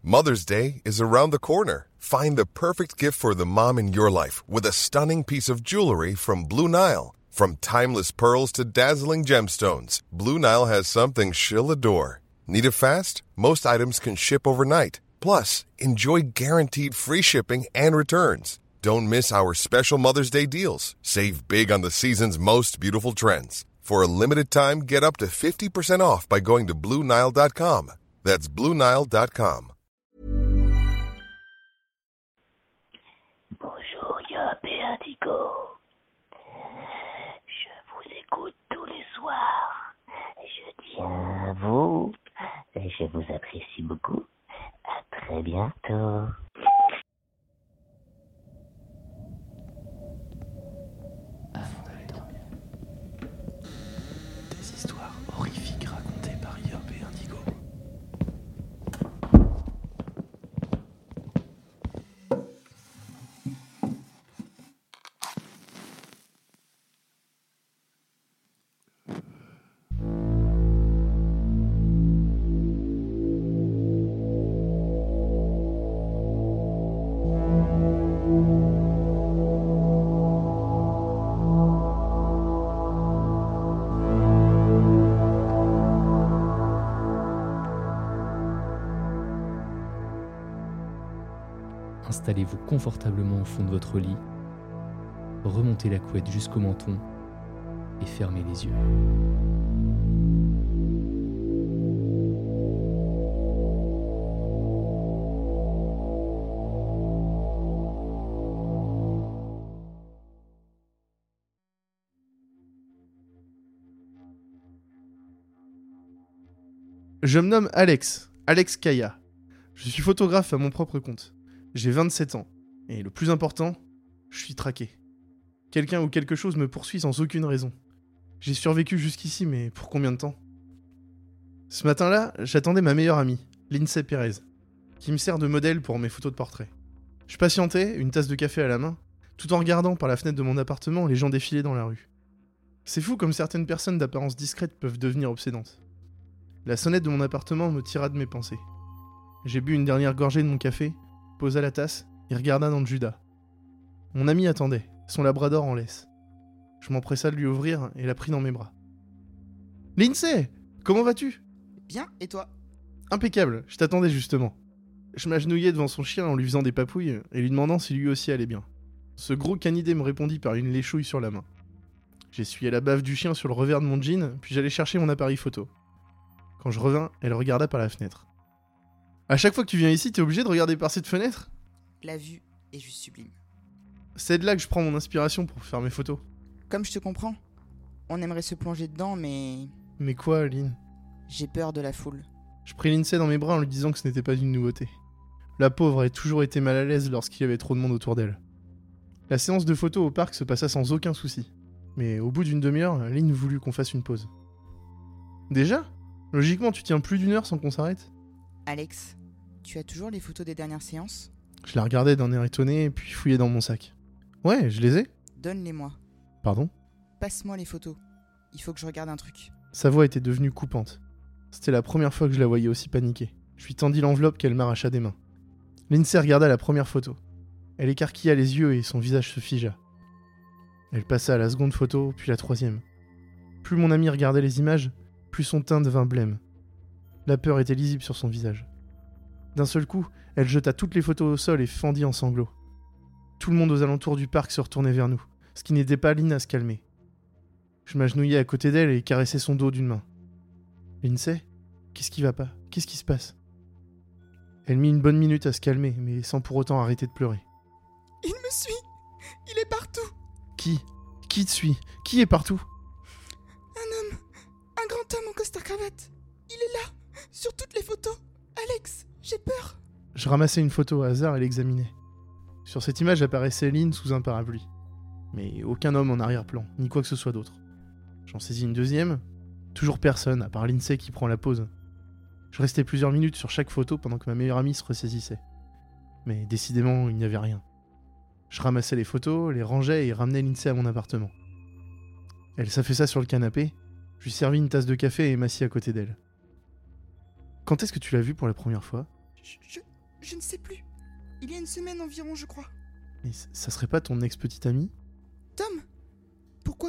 Mother's Day is around the corner. Find the perfect gift for the mom in your life with a stunning piece of jewelry from Blue Nile. From timeless pearls to dazzling gemstones, Blue Nile has something she'll adore. Need it fast? Most items can ship overnight. Plus, enjoy guaranteed free shipping and returns. Don't miss our special Mother's Day deals. Save big on the season's most beautiful trends. For a limited time, get up to 50% off by going to BlueNile.com. That's BlueNile.com. Bonjour, Yop et Indigo. Je vous écoute tous les soirs. Je tiens à vous et je vous apprécie beaucoup. À très bientôt. Avant d'aller dormir, des histoires horrifiques racontées par Yop et Indigo. Installez-vous confortablement au fond de votre lit, remontez la couette jusqu'au menton et fermez les yeux. Je me nomme Alex Kaya. Je suis photographe à mon propre compte. J'ai 27 ans. Et le plus important, je suis traqué. Quelqu'un ou quelque chose me poursuit sans aucune raison. J'ai survécu jusqu'ici, mais pour combien de temps ? Ce matin-là, j'attendais ma meilleure amie, Lindsay Perez, qui me sert de modèle pour mes photos de portrait. Je patientais, une tasse de café à la main, tout en regardant par la fenêtre de mon appartement les gens défiler dans la rue. C'est fou comme certaines personnes d'apparence discrète peuvent devenir obsédantes. La sonnette de mon appartement me tira de mes pensées. J'ai bu une dernière gorgée de mon café, posa la tasse et regarda dans le Judas. Mon ami attendait, son labrador en laisse. Je m'empressa de lui ouvrir et la pris dans mes bras. « Lindsay, comment vas-tu ?» Bien, et toi ? Impeccable, je t'attendais justement. Je m'agenouillai devant son chien en lui faisant des papouilles et lui demandant si lui aussi allait bien. Ce gros canidé me répondit par une léchouille sur la main. J'essuyai la bave du chien sur le revers de mon jean, puis j'allai chercher mon appareil photo. Quand je revins, elle regarda par la fenêtre. À chaque fois que tu viens ici, t'es obligé de regarder par cette fenêtre ? La vue est juste sublime. C'est de là que je prends mon inspiration pour faire mes photos. Comme je te comprends, on aimerait se plonger dedans, mais Mais quoi, Lynn ? j'ai peur de la foule. Je pris Lindsay dans mes bras en lui disant que ce n'était pas une nouveauté. La pauvre avait toujours été mal à l'aise lorsqu'il y avait trop de monde autour d'elle. La séance de photos au parc se passa sans aucun souci. Mais au bout d'une demi-heure, Lynn voulut qu'on fasse une pause. Déjà ? Logiquement, tu tiens plus d'une heure sans qu'on s'arrête ? Alex, tu as toujours les photos des dernières séances ? Je la regardais d'un air étonné, puis fouillais dans mon sac. Ouais, je les ai. Donne-les-moi. Pardon ? Passe-moi les photos. Il faut que je regarde un truc. Sa voix était devenue coupante. C'était la première fois que je la voyais aussi paniquée. Je lui tendis l'enveloppe qu'elle m'arracha des mains. Lindsay regarda la première photo. Elle écarquilla les yeux et son visage se figea. Elle passa à la seconde photo, puis la troisième. Plus mon ami regardait les images, plus son teint devint blême. La peur était lisible sur son visage. D'un seul coup, elle jeta toutes les photos au sol et fendit en sanglots. Tout le monde aux alentours du parc se retournait vers nous, ce qui n'aidait pas Lynn à se calmer. Je m'agenouillais à côté d'elle et caressais son dos d'une main. « Lindsay, qu'est-ce qui va pas ? Qu'est-ce qui se passe ?» Elle mit une bonne minute à se calmer, mais sans pour autant arrêter de pleurer. « Il me suit ! Il est partout !» « Qui ? Qui te suit ? Qui est partout ?» Un grand homme en costard-cravate. Il est là, sur toutes les photos. Alex, j'ai peur. Je ramassai une photo au hasard et l'examinai. Sur cette image apparaissait Lynn sous un parapluie. Mais aucun homme en arrière-plan, ni quoi que ce soit d'autre. J'en saisis une deuxième. Toujours personne, à part Lindsay qui prend la pose. Je restais plusieurs minutes sur chaque photo pendant que ma meilleure amie se ressaisissait. Mais décidément, il n'y avait rien. Je ramassais les photos, les rangeais et ramenais Lindsay à mon appartement. Elle s'affaissa sur le canapé. Je lui servis une tasse de café et m'assis à côté d'elle. « Quand est-ce que tu l'as vue pour la première fois ?» Je ne sais plus. Il y a une semaine environ, je crois. Mais ça serait pas ton ex-petite amie ? Tom ? Pourquoi ?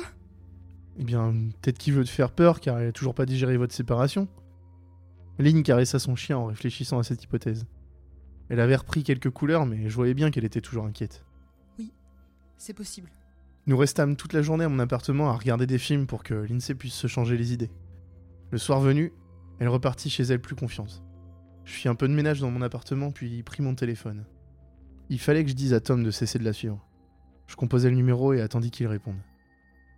Eh bien, peut-être qu'il veut te faire peur car il a toujours pas digéré votre séparation. Lynn caressa son chien en réfléchissant à cette hypothèse. Elle avait repris quelques couleurs, mais je voyais bien qu'elle était toujours inquiète. Oui, c'est possible. Nous restâmes toute la journée à mon appartement à regarder des films pour que Lindsay puisse se changer les idées. Le soir venu, elle repartit chez elle plus confiante. Je fis un peu de ménage dans mon appartement puis pris mon téléphone. Il fallait que je dise à Tom de cesser de la suivre. Je composai le numéro et attendis qu'il réponde. Allô ?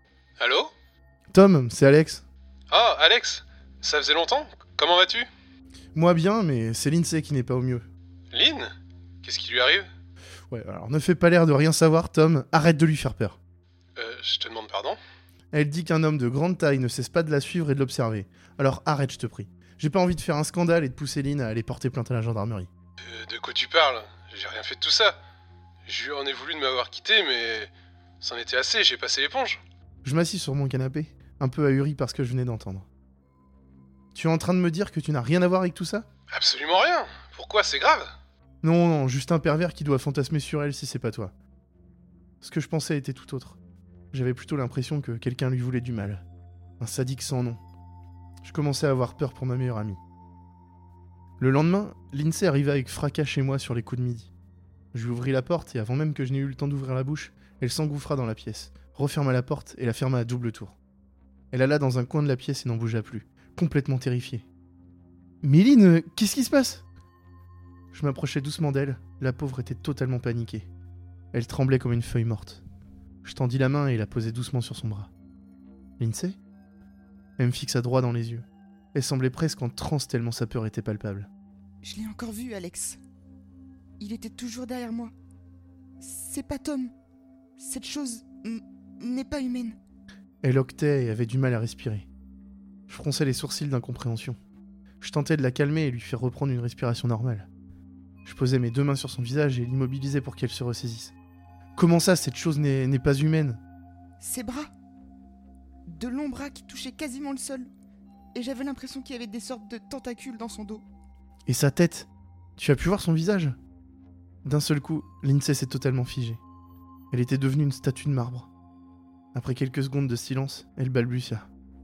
Tom, c'est Alex. Ah, Alex, ça faisait longtemps ? Comment vas-tu ? Moi bien, mais c'est Lindsay qui n'est pas au mieux. Lynn ? Qu'est-ce qui lui arrive ? Ouais, alors ne fais pas l'air de rien savoir, Tom. Arrête de lui faire peur. Je te demande pardon ? Elle dit qu'un homme de grande taille ne cesse pas de la suivre et de l'observer. Alors arrête, je te prie. J'ai pas envie de faire un scandale et de pousser Lynn à aller porter plainte à la gendarmerie. De quoi tu parles ? J'ai rien fait de tout ça. Je lui en ai voulu de m'avoir quitté, mais c'en était assez, j'ai passé l'éponge. Je m'assis sur mon canapé, un peu ahuri par ce que je venais d'entendre. Tu es en train de me dire que tu n'as rien à voir avec tout ça ? Absolument rien. Pourquoi ? C'est grave ? Non, juste un pervers qui doit fantasmer sur elle si c'est pas toi. Ce que je pensais était tout autre. J'avais plutôt l'impression que quelqu'un lui voulait du mal. Un sadique sans nom. Je commençais à avoir peur pour ma meilleure amie. Le lendemain, Lindsay arriva avec fracas chez moi sur les coups de midi. Je lui ouvris la porte et avant même que je n'ai eu le temps d'ouvrir la bouche, elle s'engouffra dans la pièce, referma la porte et la ferma à double tour. Elle alla dans un coin de la pièce et n'en bougea plus, complètement terrifiée. « Méline, qu'est-ce qui se passe ?» Je m'approchai doucement d'elle, la pauvre était totalement paniquée. Elle tremblait comme une feuille morte. Je tendis la main et la posai doucement sur son bras. « Lindsay ?» Elle me fixa droit dans les yeux. Elle semblait presque en transe tellement sa peur était palpable. Je l'ai encore vu, Alex. Il était toujours derrière moi. C'est pas Tom. Cette chose n'est pas humaine. Elle octait et avait du mal à respirer. Je fronçais les sourcils d'incompréhension. Je tentais de la calmer et lui faire reprendre une respiration normale. Je posais mes 2 mains sur son visage et l'immobilisais pour qu'elle se ressaisisse. Comment ça, cette chose n'est pas humaine ? Ses bras. De longs bras qui touchaient quasiment le sol. Et j'avais l'impression qu'il y avait des sortes de tentacules dans son dos. Et sa tête ? Tu as pu voir son visage ? D'un seul coup, Lindsay s'est totalement figée. Elle était devenue une statue de marbre. Après quelques secondes de silence, elle balbutia.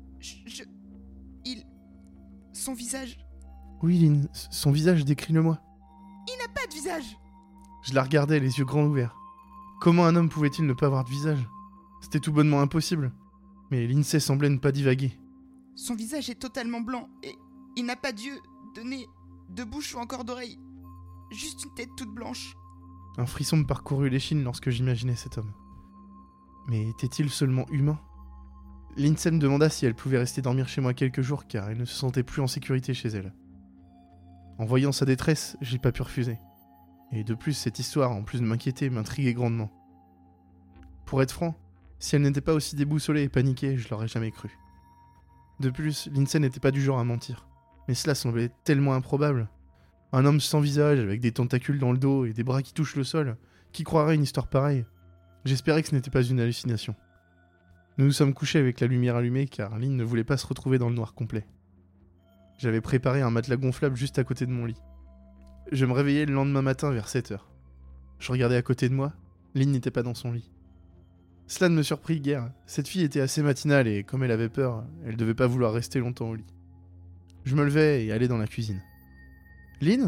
Son visage... Oui, Lynn, son visage, décris-le-moi. Il n'a pas de visage. Je la regardais, les yeux grands ouverts. Comment un homme pouvait-il ne pas avoir de visage ? C'était tout bonnement impossible. Mais Lindsay semblait ne pas divaguer. Son visage est totalement blanc et il n'a pas d'yeux, de nez, de bouche ou encore d'oreille. Juste une tête toute blanche. Un frisson me parcourut l'échine lorsque j'imaginais cet homme. Mais était-il seulement humain ? Lindsay me demanda si elle pouvait rester dormir chez moi quelques jours car elle ne se sentait plus en sécurité chez elle. En voyant sa détresse, j'ai pas pu refuser. Et de plus, cette histoire, en plus de m'inquiéter, m'intriguait grandement. Pour être franc, si elle n'était pas aussi déboussolée et paniquée, je l'aurais jamais cru. De plus, Lindsay n'était pas du genre à mentir. Mais cela semblait tellement improbable. Un homme sans visage, avec des tentacules dans le dos et des bras qui touchent le sol, qui croirait une histoire pareille ? J'espérais que ce n'était pas une hallucination. Nous nous sommes couchés avec la lumière allumée car Lynn ne voulait pas se retrouver dans le noir complet. J'avais préparé un matelas gonflable juste à côté de mon lit. Je me réveillais le lendemain matin vers 7h. Je regardais à côté de moi, Lynn n'était pas dans son lit. Cela ne me surprit guère, cette fille était assez matinale et comme elle avait peur, elle devait pas vouloir rester longtemps au lit. Je me levai et allai dans la cuisine. Lynn ?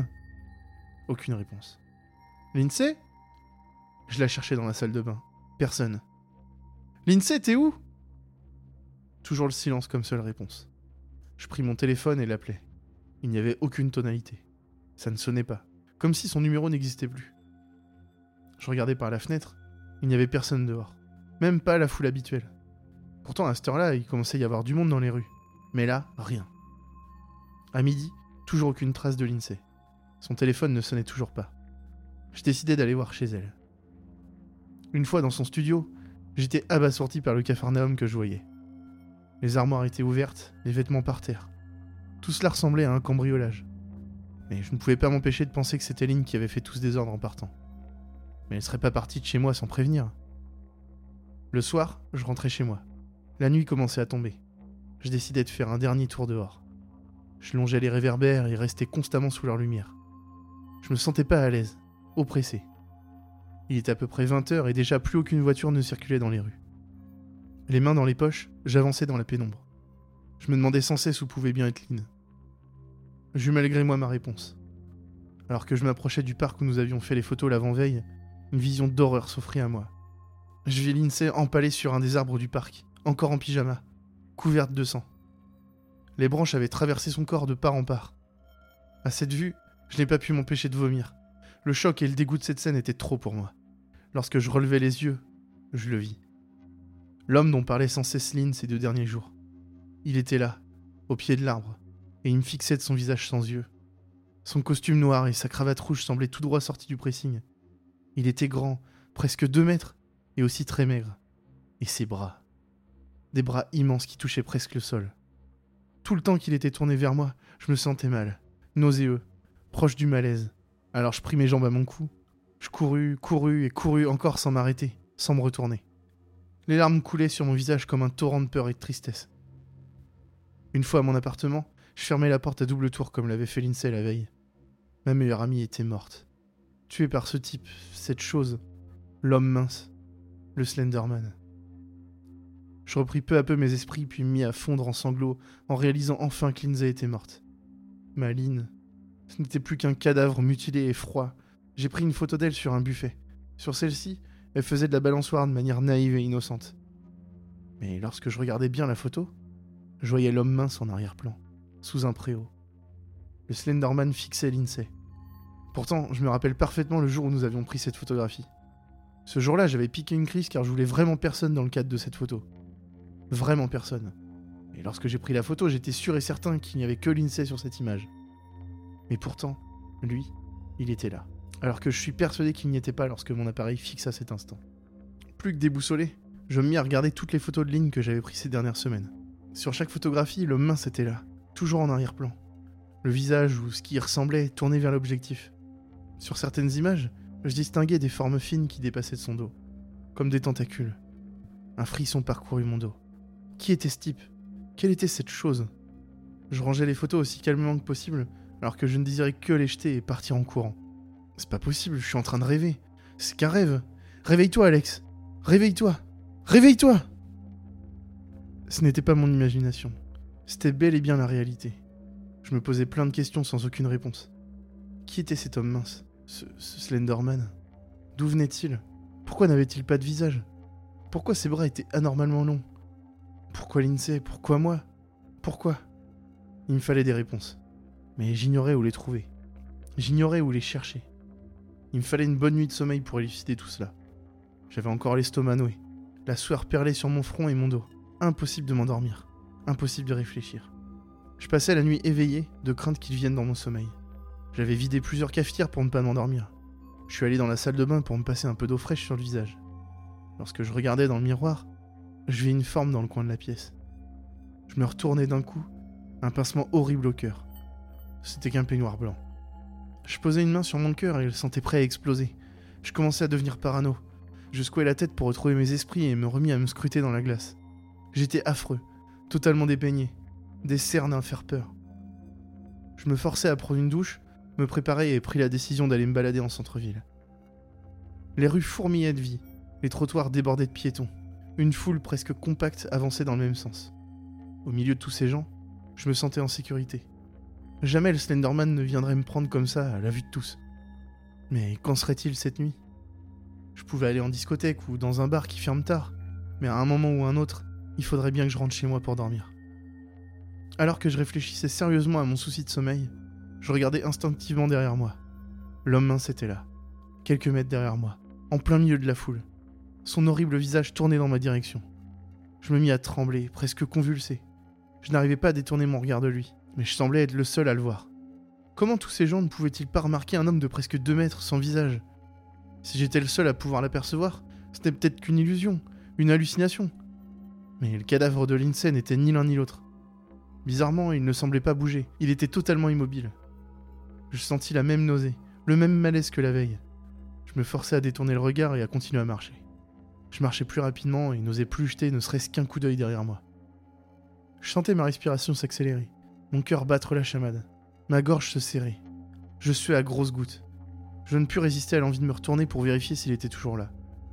Aucune réponse. Lindsay ? Je la cherchais dans la salle de bain. Personne. Lindsay, t'es où ? Toujours le silence comme seule réponse. Je pris mon téléphone et l'appelai. Il n'y avait aucune tonalité. Ça ne sonnait pas, comme si son numéro n'existait plus. Je regardais par la fenêtre, il n'y avait personne dehors. Même pas la foule habituelle. Pourtant, à cette heure-là, il commençait à y avoir du monde dans les rues. Mais là, rien. À midi, toujours aucune trace de Lindsay. Son téléphone ne sonnait toujours pas. Je décidai d'aller voir chez elle. Une fois dans son studio, j'étais abasourdi par le capharnaüm que je voyais. Les armoires étaient ouvertes, les vêtements par terre. Tout cela ressemblait à un cambriolage. Mais je ne pouvais pas m'empêcher de penser que c'était Lynn qui avait fait tout ce désordre en partant. Mais elle serait pas partie de chez moi sans prévenir. Le soir, je rentrais chez moi. La nuit commençait à tomber. Je décidai de faire un dernier tour dehors. Je longeais les réverbères et restais constamment sous leur lumière. Je me sentais pas à l'aise, oppressé. Il était à peu près 20h et déjà plus aucune voiture ne circulait dans les rues. Les mains dans les poches, j'avançais dans la pénombre. Je me demandais sans cesse où pouvait bien être Lynn. J'eus malgré moi ma réponse. Alors que je m'approchais du parc où nous avions fait les photos l'avant-veille, une vision d'horreur s'offrit à moi. Je vis Lindsay empalée sur un des arbres du parc, encore en pyjama, couverte de sang. Les branches avaient traversé son corps de part en part. À cette vue, je n'ai pas pu m'empêcher de vomir. Le choc et le dégoût de cette scène étaient trop pour moi. Lorsque je relevai les yeux, je le vis. L'homme dont parlait sans cesse Lynn ces 2 derniers jours. Il était là, au pied de l'arbre, et il me fixait de son visage sans yeux. Son costume noir et sa cravate rouge semblaient tout droit sortis du pressing. Il était grand, presque 2 mètres, et aussi très maigre. Et ses bras. Des bras immenses qui touchaient presque le sol. Tout le temps qu'il était tourné vers moi, je me sentais mal, nauséeux, proche du malaise. Alors je pris mes jambes à mon cou. Je courus encore sans m'arrêter, sans me retourner. Les larmes coulaient sur mon visage comme un torrent de peur et de tristesse. Une fois à mon appartement, je fermai la porte à double tour comme l'avait fait Lindsay la veille. Ma meilleure amie était morte. Tuée par ce type, cette chose, l'homme mince, le Slenderman. Je repris peu à peu mes esprits puis me mis à fondre en sanglots en réalisant enfin que Lindsay était morte. Ma Lynn, ce n'était plus qu'un cadavre mutilé et froid. J'ai pris une photo d'elle sur un buffet. Sur celle-ci, elle faisait de la balançoire de manière naïve et innocente. Mais lorsque je regardais bien la photo, je voyais l'homme mince en arrière-plan, sous un préau. Le Slenderman fixait Lindsay. Pourtant, je me rappelle parfaitement le jour où nous avions pris cette photographie. Ce jour-là, j'avais piqué une crise car je voulais vraiment personne dans le cadre de cette photo. Vraiment personne. Et lorsque j'ai pris la photo, j'étais sûr et certain qu'il n'y avait que Lindsay sur cette image. Mais pourtant, lui, il était là. Alors que je suis persuadé qu'il n'y était pas lorsque mon appareil fixa cet instant. Plus que déboussolé, je me mis à regarder toutes les photos de Lynn que j'avais prises ces dernières semaines. Sur chaque photographie, l'homme mince était là, toujours en arrière-plan. Le visage ou ce qui y ressemblait tourné vers l'objectif. Sur certaines images, je distinguais des formes fines qui dépassaient de son dos, comme des tentacules. Un frisson parcourut mon dos. Qui était ce type ? Quelle était cette chose ? Je rangeais les photos aussi calmement que possible, alors que je ne désirais que les jeter et partir en courant. C'est pas possible, je suis en train de rêver. C'est qu'un rêve. Réveille-toi, Alex. Réveille-toi. Réveille-toi. Ce n'était pas mon imagination. C'était bel et bien la réalité. Je me posais plein de questions sans aucune réponse. Qui était cet homme mince ? Ce Slenderman ? D'où venait-il ? Pourquoi n'avait-il pas de visage ? Pourquoi ses bras étaient anormalement longs ? Pourquoi Lindsay ? Pourquoi moi ? Pourquoi ? Il me fallait des réponses. Mais j'ignorais où les trouver. J'ignorais où les chercher. Il me fallait une bonne nuit de sommeil pour élucider tout cela. J'avais encore l'estomac noué. La sueur perlait sur mon front et mon dos. Impossible de m'endormir. Impossible de réfléchir. Je passais la nuit éveillé, de crainte qu'il vienne dans mon sommeil. J'avais vidé plusieurs cafetières pour ne pas m'endormir. Je suis allé dans la salle de bain pour me passer un peu d'eau fraîche sur le visage. Lorsque je regardais dans le miroir, je vis une forme dans le coin de la pièce. Je me retournai d'un coup, un pincement horrible au cœur. C'était qu'un peignoir blanc. Je posais une main sur mon cœur et le sentais prêt à exploser. Je commençais à devenir parano. Je secouais la tête pour retrouver mes esprits et me remis à me scruter dans la glace. J'étais affreux, totalement dépeigné, des cernes à faire peur. Je me forçais à prendre une douche, me préparai et pris la décision d'aller me balader en centre-ville. Les rues fourmillaient de vie, les trottoirs débordaient de piétons. Une foule presque compacte avançait dans le même sens. Au milieu de tous ces gens, je me sentais en sécurité. Jamais le Slenderman ne viendrait me prendre comme ça à la vue de tous. Mais qu'en serait-il cette nuit ? Je pouvais aller en discothèque ou dans un bar qui ferme tard, mais à un moment ou un autre, il faudrait bien que je rentre chez moi pour dormir. Alors que je réfléchissais sérieusement à mon souci de sommeil, je regardais instinctivement derrière moi. L'homme mince était là, quelques mètres derrière moi, en plein milieu de la foule. Son horrible visage tournait dans ma direction. Je me mis à trembler, presque convulsé. Je n'arrivais pas à détourner mon regard de lui, mais je semblais être le seul à le voir. Comment tous ces gens ne pouvaient-ils pas remarquer un homme de presque 2 mètres sans visage ? Si j'étais le seul à pouvoir l'apercevoir, c'était peut-être qu'une illusion, une hallucination. Mais le cadavre de Lindsay n'était ni l'un ni l'autre. Bizarrement, il ne semblait pas bouger, il était totalement immobile. Je sentis la même nausée, le même malaise que la veille. Je me forçais à détourner le regard et à continuer à marcher. Je marchais plus rapidement et n'osais plus jeter ne serait-ce qu'un coup d'œil derrière moi. Je sentais ma respiration s'accélérer, mon cœur battre la chamade. Ma gorge se serrait. Je suais à grosses gouttes. Je ne pus résister à l'envie de me retourner pour vérifier s'il était toujours là.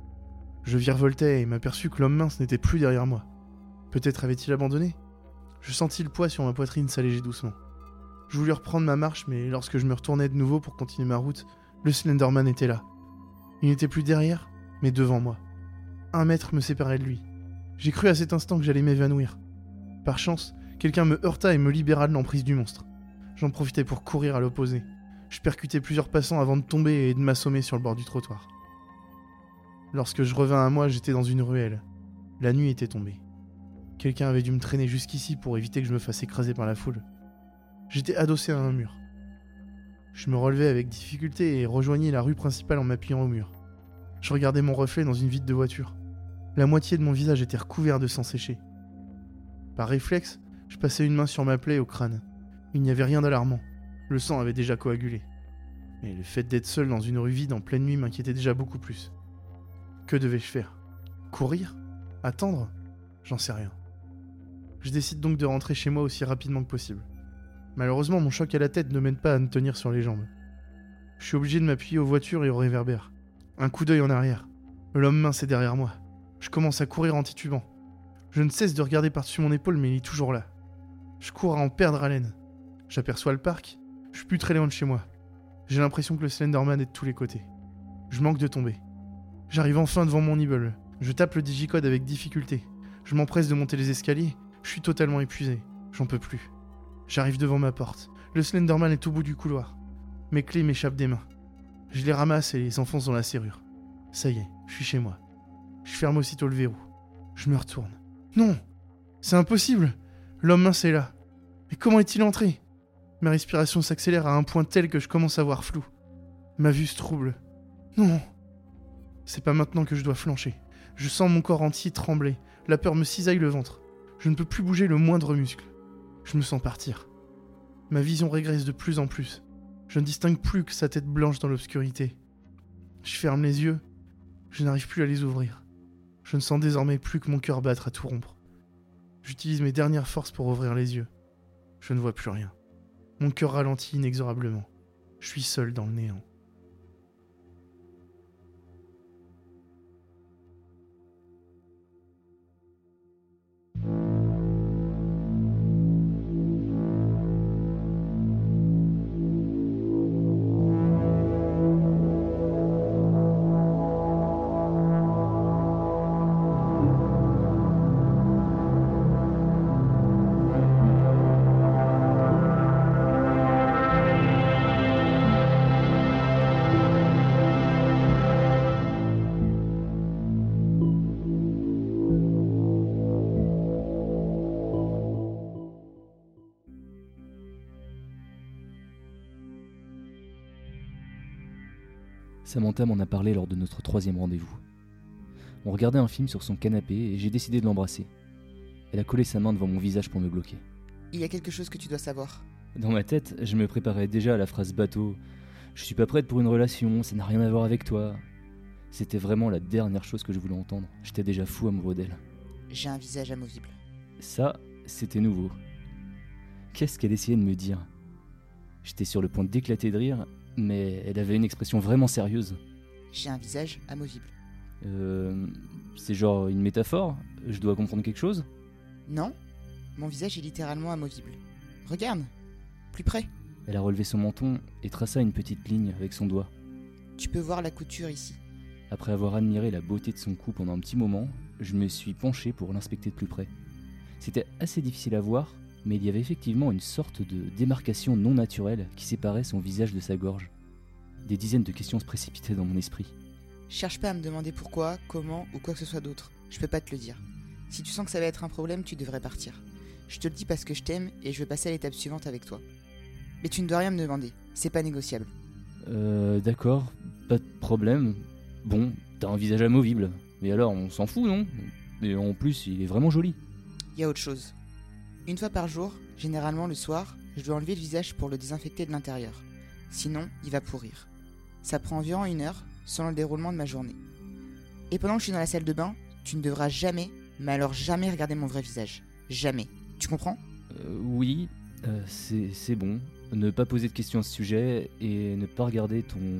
Je virevoltais et m'aperçus que l'homme mince n'était plus derrière moi. Peut-être avait-il abandonné ? Je sentis le poids sur ma poitrine s'alléger doucement. Je voulus reprendre ma marche, mais lorsque je me retournai de nouveau pour continuer ma route, le Slenderman était là. Il n'était plus derrière, mais devant moi. 1 mètre me séparait de lui. J'ai cru à cet instant que j'allais m'évanouir. Par chance, quelqu'un me heurta et me libéra de l'emprise du monstre. J'en profitais pour courir à l'opposé. Je percutais plusieurs passants avant de tomber et de m'assommer sur le bord du trottoir. Lorsque je revins à moi, j'étais dans une ruelle. La nuit était tombée. Quelqu'un avait dû me traîner jusqu'ici pour éviter que je me fasse écraser par la foule. J'étais adossé à un mur. Je me relevai avec difficulté et rejoignis la rue principale en m'appuyant au mur. Je regardais mon reflet dans une vitre de voiture. La moitié de mon visage était recouvert de sang séché. Par réflexe, je passai une main sur ma plaie au crâne. Il n'y avait rien d'alarmant. Le sang avait déjà coagulé. Mais le fait d'être seul dans une rue vide en pleine nuit m'inquiétait déjà beaucoup plus. Que devais-je faire ? Courir ? Attendre ? J'en sais rien. Je décide donc de rentrer chez moi aussi rapidement que possible. Malheureusement, mon choc à la tête ne m'aide pas à me tenir sur les jambes. Je suis obligé de m'appuyer aux voitures et aux réverbères. Un coup d'œil en arrière. L'homme mince est derrière moi. Je commence à courir en titubant. Je ne cesse de regarder par-dessus mon épaule, mais il est toujours là. Je cours à en perdre haleine. J'aperçois le parc. Je suis plus très loin de chez moi. J'ai l'impression que le Slenderman est de tous les côtés. Je manque de tomber. J'arrive enfin devant mon immeuble. Je tape le digicode avec difficulté. Je m'empresse de monter les escaliers. Je suis totalement épuisé. J'en peux plus. J'arrive devant ma porte. Le Slenderman est au bout du couloir. Mes clés m'échappent des mains. Je les ramasse et les enfonce dans la serrure. Ça y est, je suis chez moi. Je ferme aussitôt le verrou. Je me retourne. Non ! C'est impossible ! L'homme mince est là. Mais comment est-il entré ? Ma respiration s'accélère à un point tel que je commence à voir flou. Ma vue se trouble. Non ! C'est pas maintenant que je dois flancher. Je sens mon corps entier trembler. La peur me cisaille le ventre. Je ne peux plus bouger le moindre muscle. Je me sens partir. Ma vision régresse de plus en plus. Je ne distingue plus que sa tête blanche dans l'obscurité. Je ferme les yeux. Je n'arrive plus à les ouvrir. Je ne sens désormais plus que mon cœur battre à tout rompre. J'utilise mes dernières forces pour ouvrir les yeux. Je ne vois plus rien. Mon cœur ralentit inexorablement. Je suis seul dans le néant. Samantha m'en a parlé lors de notre 3e rendez-vous. On regardait un film sur son canapé et j'ai décidé de l'embrasser. Elle a collé sa main devant mon visage pour me bloquer. Il y a quelque chose que tu dois savoir. Dans ma tête, je me préparais déjà à la phrase bateau « Je suis pas prête pour une relation, ça n'a rien à voir avec toi ». C'était vraiment la dernière chose que je voulais entendre. J'étais déjà fou amoureux d'elle. J'ai un visage amovible. Ça, c'était nouveau. Qu'est-ce qu'elle essayait de me dire ? J'étais sur le point d'éclater de rire, mais elle avait une expression vraiment sérieuse. J'ai un visage amovible. C'est genre une métaphore ? Je dois comprendre quelque chose ? Non, mon visage est littéralement amovible. Regarde, plus près. Elle a relevé son menton et traça une petite ligne avec son doigt. Tu peux voir la couture ici. Après avoir admiré la beauté de son cou pendant un petit moment, je me suis penché pour l'inspecter de plus près. C'était assez difficile à voir, mais il y avait effectivement une sorte de démarcation non naturelle qui séparait son visage de sa gorge. Des dizaines de questions se précipitaient dans mon esprit. Cherche pas à me demander pourquoi, comment ou quoi que ce soit d'autre. Je peux pas te le dire. Si tu sens que ça va être un problème, tu devrais partir. Je te le dis parce que je t'aime et je veux passer à l'étape suivante avec toi. Mais tu ne dois rien me demander, c'est pas négociable. D'accord, pas de problème. Bon, t'as un visage amovible. Mais alors, on s'en fout, non ? Et en plus, il est vraiment joli. Y a autre chose. Une fois par jour, généralement le soir, je dois enlever le visage pour le désinfecter de l'intérieur. Sinon, il va pourrir. Ça prend environ 1 heure, selon le déroulement de ma journée. Et pendant que je suis dans la salle de bain, tu ne devras jamais, mais alors jamais regarder mon vrai visage. Jamais. Tu comprends ? Oui, c'est bon. Ne pas poser de questions à ce sujet et ne pas regarder ton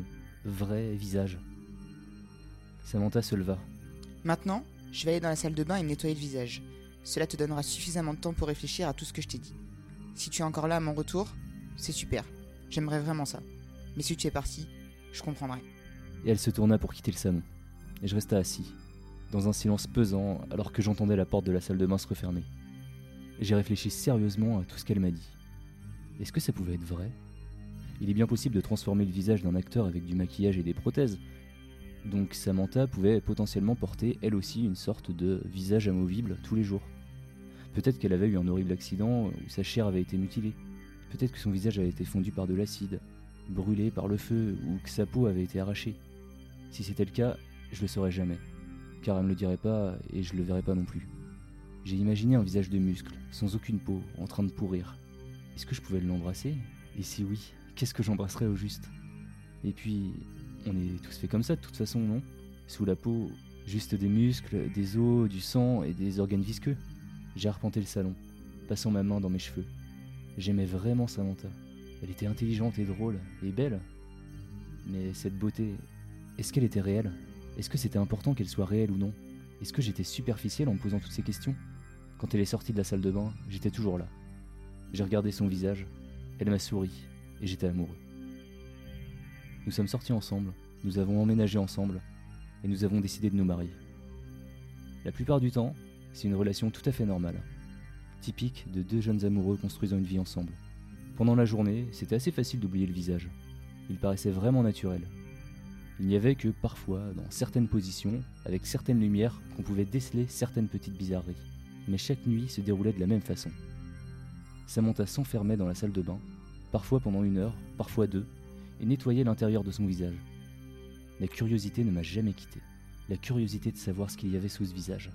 vrai visage. Samantha se leva. Maintenant, je vais aller dans la salle de bain et me nettoyer le visage. Cela te donnera suffisamment de temps pour réfléchir à tout ce que je t'ai dit. Si tu es encore là à mon retour, c'est super. J'aimerais vraiment ça. Mais si tu es parti, je comprendrai. Et elle se tourna pour quitter le salon. Et je restai assis, dans un silence pesant, alors que j'entendais la porte de la salle de bain se refermer. Et j'ai réfléchi sérieusement à tout ce qu'elle m'a dit. Est-ce que ça pouvait être vrai ? Il est bien possible de transformer le visage d'un acteur avec du maquillage et des prothèses. Donc Samantha pouvait potentiellement porter elle aussi une sorte de visage amovible tous les jours. Peut-être qu'elle avait eu un horrible accident où sa chair avait été mutilée. Peut-être que son visage avait été fondu par de l'acide, brûlé par le feu ou que sa peau avait été arrachée. Si c'était le cas, je le saurais jamais, car elle me le dirait pas et je le verrais pas non plus. J'ai imaginé un visage de muscles, sans aucune peau, en train de pourrir. Est-ce que je pouvais l'embrasser ? Et si oui, qu'est-ce que j'embrasserais au juste ? Et puis, on est tous faits comme ça de toute façon, non ? Sous la peau, juste des muscles, des os, du sang et des organes visqueux. J'ai arpenté le salon, passant ma main dans mes cheveux. J'aimais vraiment Samantha. Elle était intelligente et drôle, et belle. Mais cette beauté, est-ce qu'elle était réelle ? Est-ce que c'était important qu'elle soit réelle ou non ? Est-ce que j'étais superficiel en me posant toutes ces questions ? Quand elle est sortie de la salle de bain, j'étais toujours là. J'ai regardé son visage, elle m'a souri, et j'étais amoureux. Nous sommes sortis ensemble, nous avons emménagé ensemble, et nous avons décidé de nous marier. La plupart du temps, c'est une relation tout à fait normale, typique de deux jeunes amoureux construisant une vie ensemble. Pendant la journée, c'était assez facile d'oublier le visage. Il paraissait vraiment naturel. Il n'y avait que parfois, dans certaines positions, avec certaines lumières, qu'on pouvait déceler certaines petites bizarreries. Mais chaque nuit se déroulait de la même façon. Samantha s'enfermait dans la salle de bain, parfois pendant 1 heure, parfois 2, et nettoyait l'intérieur de son visage. La curiosité ne m'a jamais quitté. La curiosité de savoir ce qu'il y avait sous ce visage.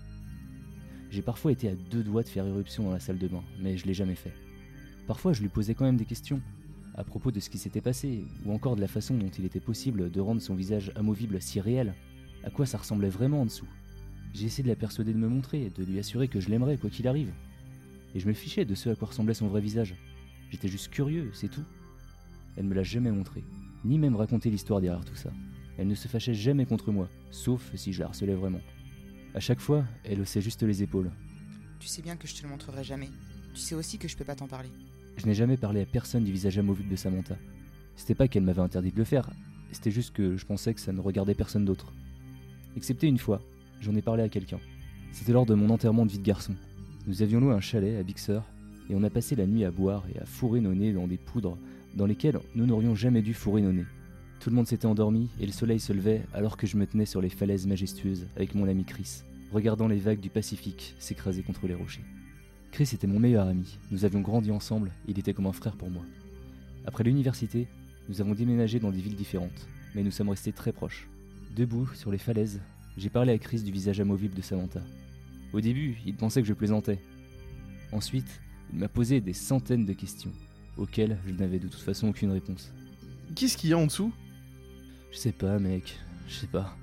J'ai parfois été à 2 doigts de faire irruption dans la salle de bain, mais je l'ai jamais fait. Parfois je lui posais quand même des questions, à propos de ce qui s'était passé, ou encore de la façon dont il était possible de rendre son visage amovible si réel, à quoi ça ressemblait vraiment en dessous. J'ai essayé de la persuader de me montrer, de lui assurer que je l'aimerais quoi qu'il arrive. Et je me fichais de ce à quoi ressemblait son vrai visage. J'étais juste curieux, c'est tout. Elle me l'a jamais montré, ni même raconté l'histoire derrière tout ça. Elle ne se fâchait jamais contre moi, sauf si je la harcelais vraiment. À chaque fois, elle haussait juste les épaules. Tu sais bien que je te le montrerai jamais. Tu sais aussi que je peux pas t'en parler. Je n'ai jamais parlé à personne du visage amovible de Samantha. C'était pas qu'elle m'avait interdit de le faire, c'était juste que je pensais que ça ne regardait personne d'autre. Excepté une fois, j'en ai parlé à quelqu'un. C'était lors de mon enterrement de vie de garçon. Nous avions loué un chalet à Big Sur, et on a passé la nuit à boire et à fourrer nos nez dans des poudres dans lesquelles nous n'aurions jamais dû fourrer nos nez. Tout le monde s'était endormi et le soleil se levait alors que je me tenais sur les falaises majestueuses avec mon ami Chris, regardant les vagues du Pacifique s'écraser contre les rochers. Chris était mon meilleur ami, nous avions grandi ensemble et il était comme un frère pour moi. Après l'université, nous avons déménagé dans des villes différentes, mais nous sommes restés très proches. Debout, sur les falaises, j'ai parlé à Chris du visage amovible de Samantha. Au début, il pensait que je plaisantais. Ensuite, il m'a posé des centaines de questions, auxquelles je n'avais de toute façon aucune réponse. Qu'est-ce qu'il y a en dessous ? Je sais pas, mec, je sais pas.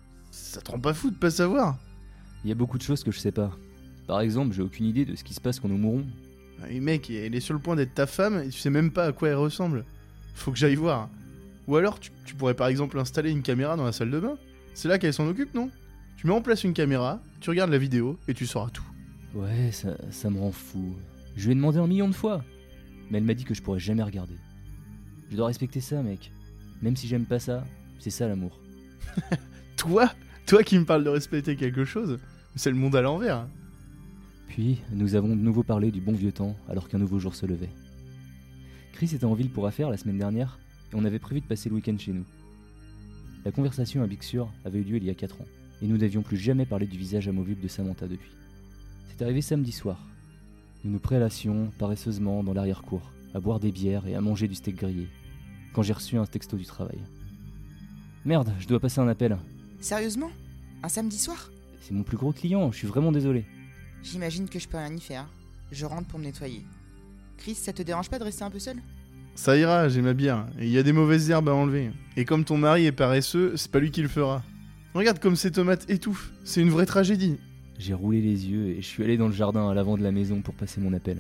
Ça te rend pas fou de pas savoir ? Il y a beaucoup de choses que je sais pas. Par exemple, j'ai aucune idée de ce qui se passe quand nous mourrons. Ah, mais mec, elle est sur le point d'être ta femme et tu sais même pas à quoi elle ressemble. Faut que j'aille voir. Ou alors, tu pourrais par exemple installer une caméra dans la salle de bain. C'est là qu'elle s'en occupe, non ? Tu mets en place une caméra, tu regardes la vidéo et tu sauras tout. Ouais, ça me rend fou. Je lui ai demandé 1 million de fois. Mais elle m'a dit que je pourrais jamais regarder. Je dois respecter ça, mec. Même si j'aime pas ça, c'est ça l'amour. Toi qui me parles de respecter quelque chose, c'est le monde à l'envers. Puis, nous avons de nouveau parlé du bon vieux temps alors qu'un nouveau jour se levait. Chris était en ville pour affaires la semaine dernière et on avait prévu de passer le week-end chez nous. La conversation à Big Sur avait eu lieu il y a 4 ans et nous n'avions plus jamais parlé du visage amovible de Samantha depuis. C'est arrivé samedi soir. Nous nous prélassions paresseusement dans l'arrière-cour, à boire des bières et à manger du steak grillé, quand j'ai reçu un texto du travail. Merde, je dois passer un appel. Sérieusement ? Un samedi soir ? C'est mon plus gros client, je suis vraiment désolé. J'imagine que je peux rien y faire. Je rentre pour me nettoyer. Chris, ça te dérange pas de rester un peu seul ? Ça ira, j'ai ma bière, et il y a des mauvaises herbes à enlever. Et comme ton mari est paresseux, c'est pas lui qui le fera. Regarde comme ces tomates étouffent, c'est une vraie tragédie. J'ai roulé les yeux et je suis allé dans le jardin à l'avant de la maison pour passer mon appel.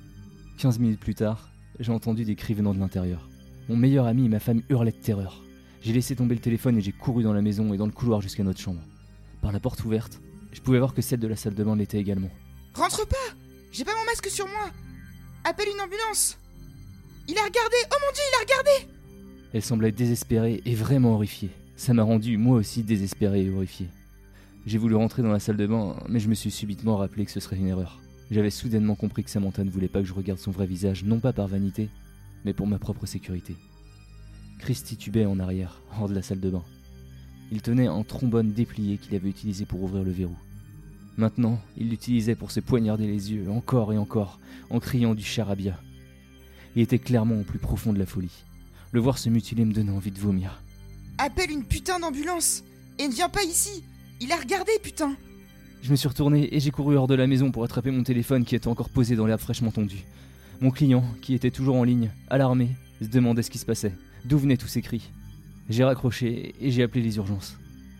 15 minutes plus tard, j'ai entendu des cris venant de l'intérieur. Mon meilleur ami et ma femme hurlaient de terreur. J'ai laissé tomber le téléphone et j'ai couru dans la maison et dans le couloir jusqu'à notre chambre. Par la porte ouverte, je pouvais voir que celle de la salle de bain l'était également. Rentre pas! J'ai pas mon masque sur moi! Appelle une ambulance! Il a regardé! Oh mon Dieu, il a regardé! Elle semblait désespérée et vraiment horrifiée. Ça m'a rendu moi aussi désespéré et horrifié. J'ai voulu rentrer dans la salle de bain, mais je me suis subitement rappelé que ce serait une erreur. J'avais soudainement compris que Samantha ne voulait pas que je regarde son vrai visage, non pas par vanité, mais pour ma propre sécurité. Chris titubait en arrière, hors de la salle de bain. Il tenait un trombone déplié qu'il avait utilisé pour ouvrir le verrou. Maintenant, il l'utilisait pour se poignarder les yeux, encore et encore, en criant du charabia. Il était clairement au plus profond de la folie. Le voir se mutiler me donnait envie de vomir. Appelle une putain d'ambulance! Et ne viens pas ici! Il a regardé, putain! Je me suis retourné et j'ai couru hors de la maison pour attraper mon téléphone qui était encore posé dans l'herbe fraîchement tondue. Mon client, qui était toujours en ligne, alarmé, se demandait ce qui se passait, d'où venaient tous ces cris. J'ai raccroché et j'ai appelé les urgences.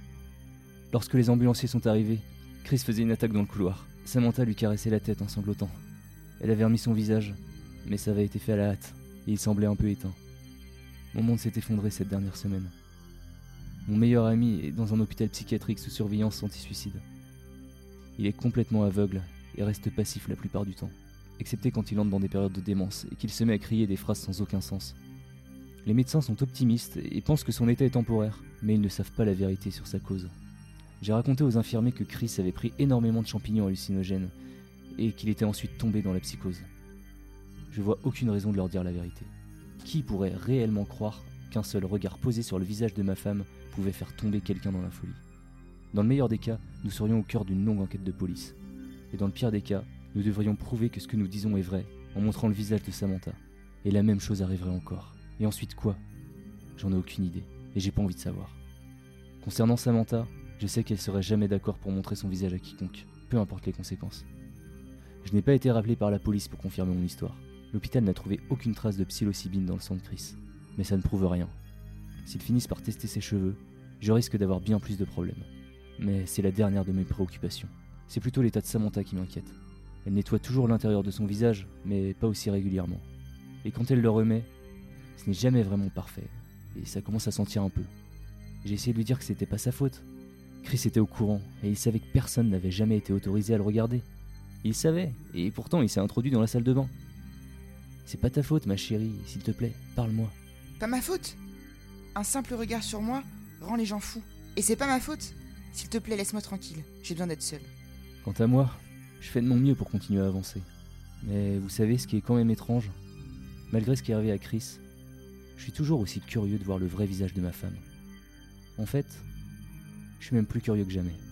Lorsque les ambulanciers sont arrivés, Chris faisait une attaque dans le couloir. Samantha lui caressait la tête en sanglotant. Elle avait remis son visage, mais ça avait été fait à la hâte, et il semblait un peu éteint. Mon monde s'est effondré cette dernière semaine. Mon meilleur ami est dans un hôpital psychiatrique sous surveillance anti-suicide. Il est complètement aveugle et reste passif la plupart du temps, excepté quand il entre dans des périodes de démence et qu'il se met à crier des phrases sans aucun sens. Les médecins sont optimistes et pensent que son état est temporaire, mais ils ne savent pas la vérité sur sa cause. J'ai raconté aux infirmiers que Chris avait pris énormément de champignons hallucinogènes et qu'il était ensuite tombé dans la psychose. Je vois aucune raison de leur dire la vérité. Qui pourrait réellement croire qu'un seul regard posé sur le visage de ma femme pouvait faire tomber quelqu'un dans la folie? Dans le meilleur des cas, nous serions au cœur d'une longue enquête de police. Et dans le pire des cas, nous devrions prouver que ce que nous disons est vrai en montrant le visage de Samantha. Et la même chose arriverait encore. Et ensuite quoi? J'en ai aucune idée, et j'ai pas envie de savoir. Concernant Samantha, je sais qu'elle serait jamais d'accord pour montrer son visage à quiconque, peu importe les conséquences. Je n'ai pas été rappelé par la police pour confirmer mon histoire. L'hôpital n'a trouvé aucune trace de psilocybine dans le sang de Chris. Mais ça ne prouve rien. S'ils finissent par tester ses cheveux, je risque d'avoir bien plus de problèmes. Mais c'est la dernière de mes préoccupations. C'est plutôt l'état de Samantha qui m'inquiète. Elle nettoie toujours l'intérieur de son visage, mais pas aussi régulièrement. Et quand elle le remet, ce n'est jamais vraiment parfait, et ça commence à sentir un peu. J'ai essayé de lui dire que c'était pas sa faute. Chris était au courant, et il savait que personne n'avait jamais été autorisé à le regarder. Il savait, et pourtant il s'est introduit dans la salle de bain. C'est pas ta faute, ma chérie, s'il te plaît, parle-moi. Pas ma faute! Un simple regard sur moi rend les gens fous. Et c'est pas ma faute! S'il te plaît, laisse-moi tranquille, j'ai besoin d'être seul. Quant à moi, je fais de mon mieux pour continuer à avancer. Mais vous savez ce qui est quand même étrange? Malgré ce qui est arrivé à Chris, je suis toujours aussi curieux de voir le vrai visage de ma femme. En fait, je suis même plus curieux que jamais.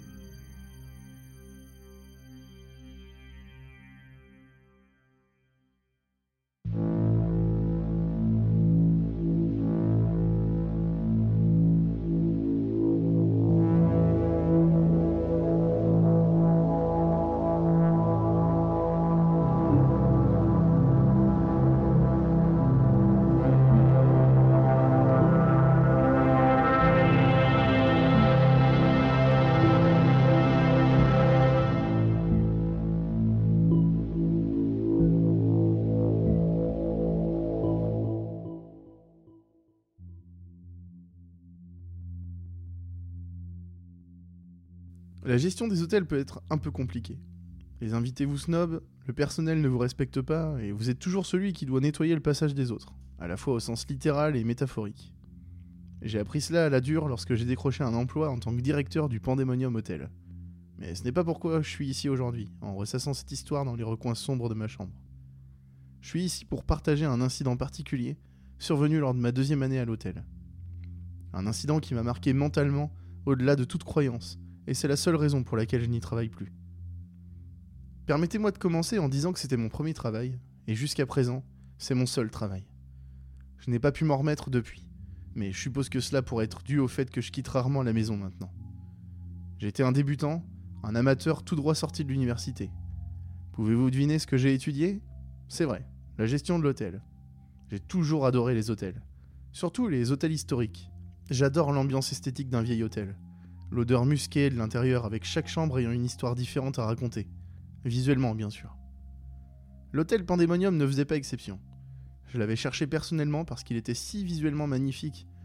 La gestion des hôtels peut être un peu compliquée. Les invités vous snobent, le personnel ne vous respecte pas, et vous êtes toujours celui qui doit nettoyer le passage des autres, à la fois au sens littéral et métaphorique. J'ai appris cela à la dure lorsque j'ai décroché un emploi en tant que directeur du Pandemonium Hotel. Mais ce n'est pas pourquoi je suis ici aujourd'hui, en ressassant cette histoire dans les recoins sombres de ma chambre. Je suis ici pour partager un incident particulier, survenu lors de ma 2e année à l'hôtel. Un incident qui m'a marqué mentalement, au-delà de toute croyance, et c'est la seule raison pour laquelle je n'y travaille plus. Permettez-moi de commencer en disant que c'était mon premier travail, et jusqu'à présent, c'est mon seul travail. Je n'ai pas pu m'en remettre depuis, mais je suppose que cela pourrait être dû au fait que je quitte rarement la maison maintenant. J'étais un débutant, un amateur tout droit sorti de l'université. Pouvez-vous deviner ce que j'ai étudié ? C'est vrai, la gestion de l'hôtel. J'ai toujours adoré les hôtels, surtout les hôtels historiques. J'adore l'ambiance esthétique d'un vieil hôtel. L'odeur musquée de l'intérieur avec chaque chambre ayant une histoire différente à raconter. Visuellement, bien sûr. L'hôtel Pandemonium ne faisait pas exception. Je l'avais cherché personnellement parce qu'il était si visuellement magnifique.